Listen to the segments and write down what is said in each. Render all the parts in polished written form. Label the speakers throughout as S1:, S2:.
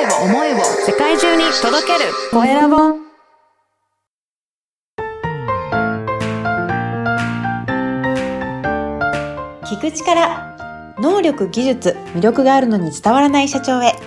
S1: を思いを世界中に届けるコエラボ。
S2: 聞く力、能力、技術、魅力があるのに伝わらない社長へ。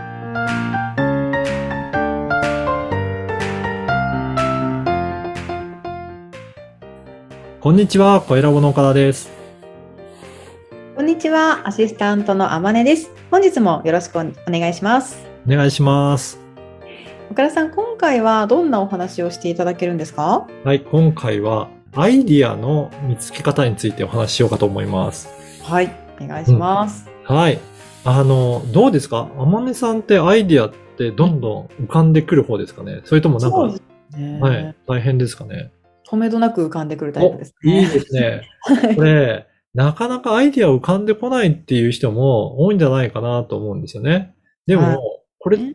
S3: こんにちは、コエラボの岡田です。
S2: こんにちは、アシスタントのあまねです。本日もよろしくお願いします。
S3: お願いします。
S2: 岡田さん、今回はどんなお話をしていただけるんですか？
S3: はい、今回はアイディアの見つけ方についてお話ししようかと思います。
S2: はい、お願いします。
S3: はい。どうですか？あまねさんってアイディアってどんどん浮かんでくる方ですかね？それともなんか、
S2: そうですね。
S3: はい、大変ですかね？
S2: 止めどなく浮かんでくるタイプですね。
S3: いいですね。これ、なかなかアイディア浮かんでこないっていう人も多いんじゃないかなと思うんですよね。でも、これって、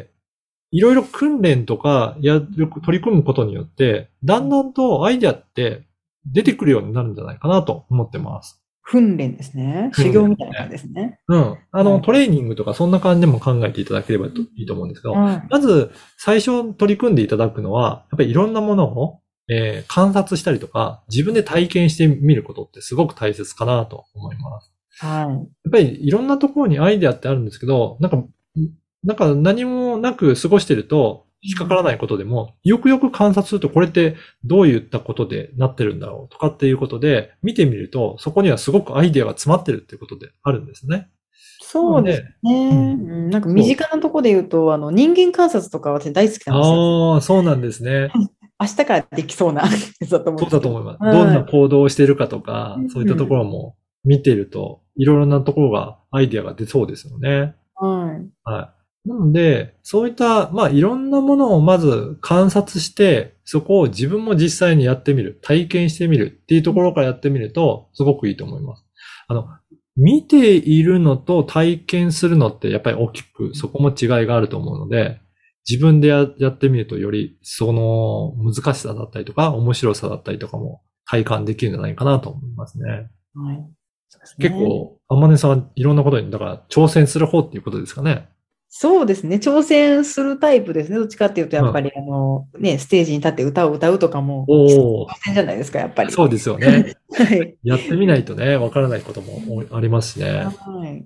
S3: いろいろ訓練とか取り組むことによって、だんだんとアイディアって出てくるようになるんじゃないかなと思ってます。
S2: 訓練ですね。修行みたいな感じですね。
S3: うん。トレーニングとかそんな感じでも考えていただければいいと思うんですけど、まず最初取り組んでいただくのは、やっぱりいろんなものを、観察したりとか、自分で体験してみることってすごく大切かなと思います。
S2: はい。
S3: やっぱりいろんなところにアイデアってあるんですけど、なんか何もなく過ごしてると引っかからないことでも、よくよく観察するとこれってどういったことでなってるんだろうとかっていうことで見てみると、そこにはすごくアイデアが詰まってるっていうことであるんですね。
S2: そうですね。なんか身近なところで言うと、人間観察とか私大好きなんですよ。
S3: ああ、そうなんですね。
S2: 明日からできそうなやつだと思うんですけど。
S3: そうだと思います。どんな行動をしているかとか、そういったところも見ていると、いろいろなところがアイデアが出そうですよね。
S2: はい。
S3: はい。なので、そういった、いろんなものをまず観察して、そこを自分も実際にやってみる、体験してみるっていうところからやってみると、すごくいいと思います。見ているのと体験するのってやっぱり大きくそこも違いがあると思うので、自分でやってみるとよりその難しさだったりとか面白さだったりとかも体感できるんじゃないかなと思いますね。
S2: はい。そうですね。
S3: 結構、あまねさんいろんなことに、だから挑戦する方っていうことですかね。
S2: そうですね。挑戦するタイプですね。どっちかっていうと、やっぱりステージに立って歌を歌うとかも、挑戦じゃないですか、やっぱり。
S3: そうですよね。
S2: はい。
S3: やってみないとね、わからないこともありますしね。
S2: はい。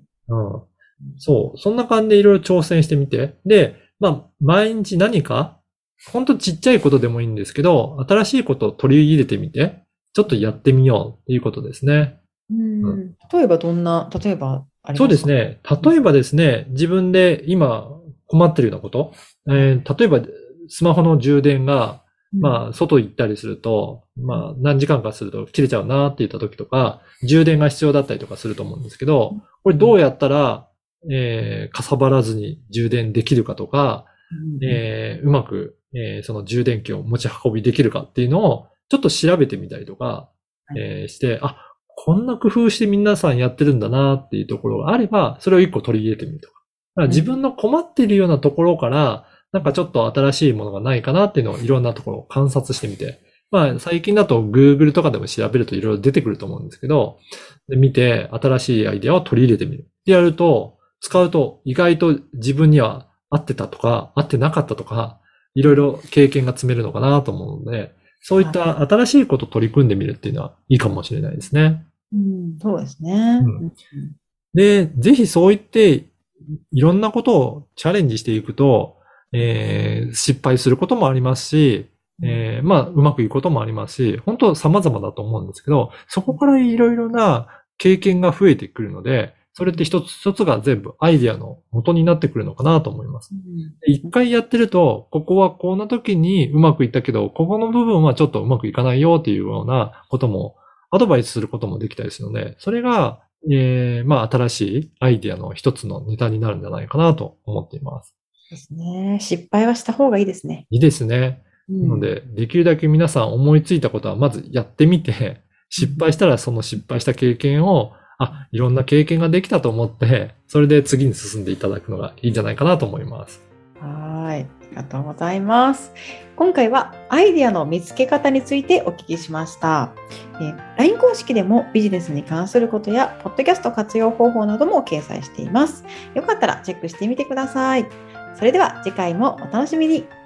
S3: そう。そんな感じでいろいろ挑戦してみて。で、毎日何か、ほんとちっちゃいことでもいいんですけど、新しいことを取り入れてみて、ちょっとやってみようっていうことですね。
S2: 例えばありますか？
S3: そうですね。例えばですね、自分で今困ってるようなこと、例えばスマホの充電が、外行ったりすると、何時間かすると切れちゃうなって言った時とか、充電が必要だったりとかすると思うんですけど、これどうやったら、かさばらずに充電できるかとか、うまく、その充電器を持ち運びできるかっていうのをちょっと調べてみたりとか、して、こんな工夫して皆さんやってるんだなっていうところがあれば、それを一個取り入れてみるとか。だから自分の困っているようなところから、なんかちょっと新しいものがないかなっていうのをいろんなところを観察してみて。最近だと Google とかでも調べるといろいろ出てくると思うんですけど、で見て新しいアイデアを取り入れてみる。でやると、使うと意外と自分には合ってたとか、合ってなかったとか、いろいろ経験が積めるのかなと思うので、そういった新しいことを取り組んでみるっていうのはいいかもしれないですね。
S2: そうですね。
S3: で、ぜひそう言って、いろんなことをチャレンジしていくと、失敗することもありますし、うまくいくこともありますし、本当様々だと思うんですけど、そこからいろいろな経験が増えてくるので、それって一つ一つが全部アイディアの元になってくるのかなと思います。一回やってると、ここはこんな時にうまくいったけど、ここの部分はちょっとうまくいかないよっていうようなことも、アドバイスすることもできたりするので、それが、新しいアイディアの一つのネタになるんじゃないかなと思っています。
S2: ですね。失敗はした方がいいですね。
S3: いいですね。なので、できるだけ皆さん思いついたことはまずやってみて、失敗したらその失敗した経験を、いろんな経験ができたと思って、それで次に進んでいただくのがいいんじゃないかなと思います。
S2: はい。ありがとうございます。今回はアイデアの見つけ方についてお聞きしました。LINE 公式でもビジネスに関することや、ポッドキャスト活用方法なども掲載しています。よかったらチェックしてみてください。 それでは次回もお楽しみに。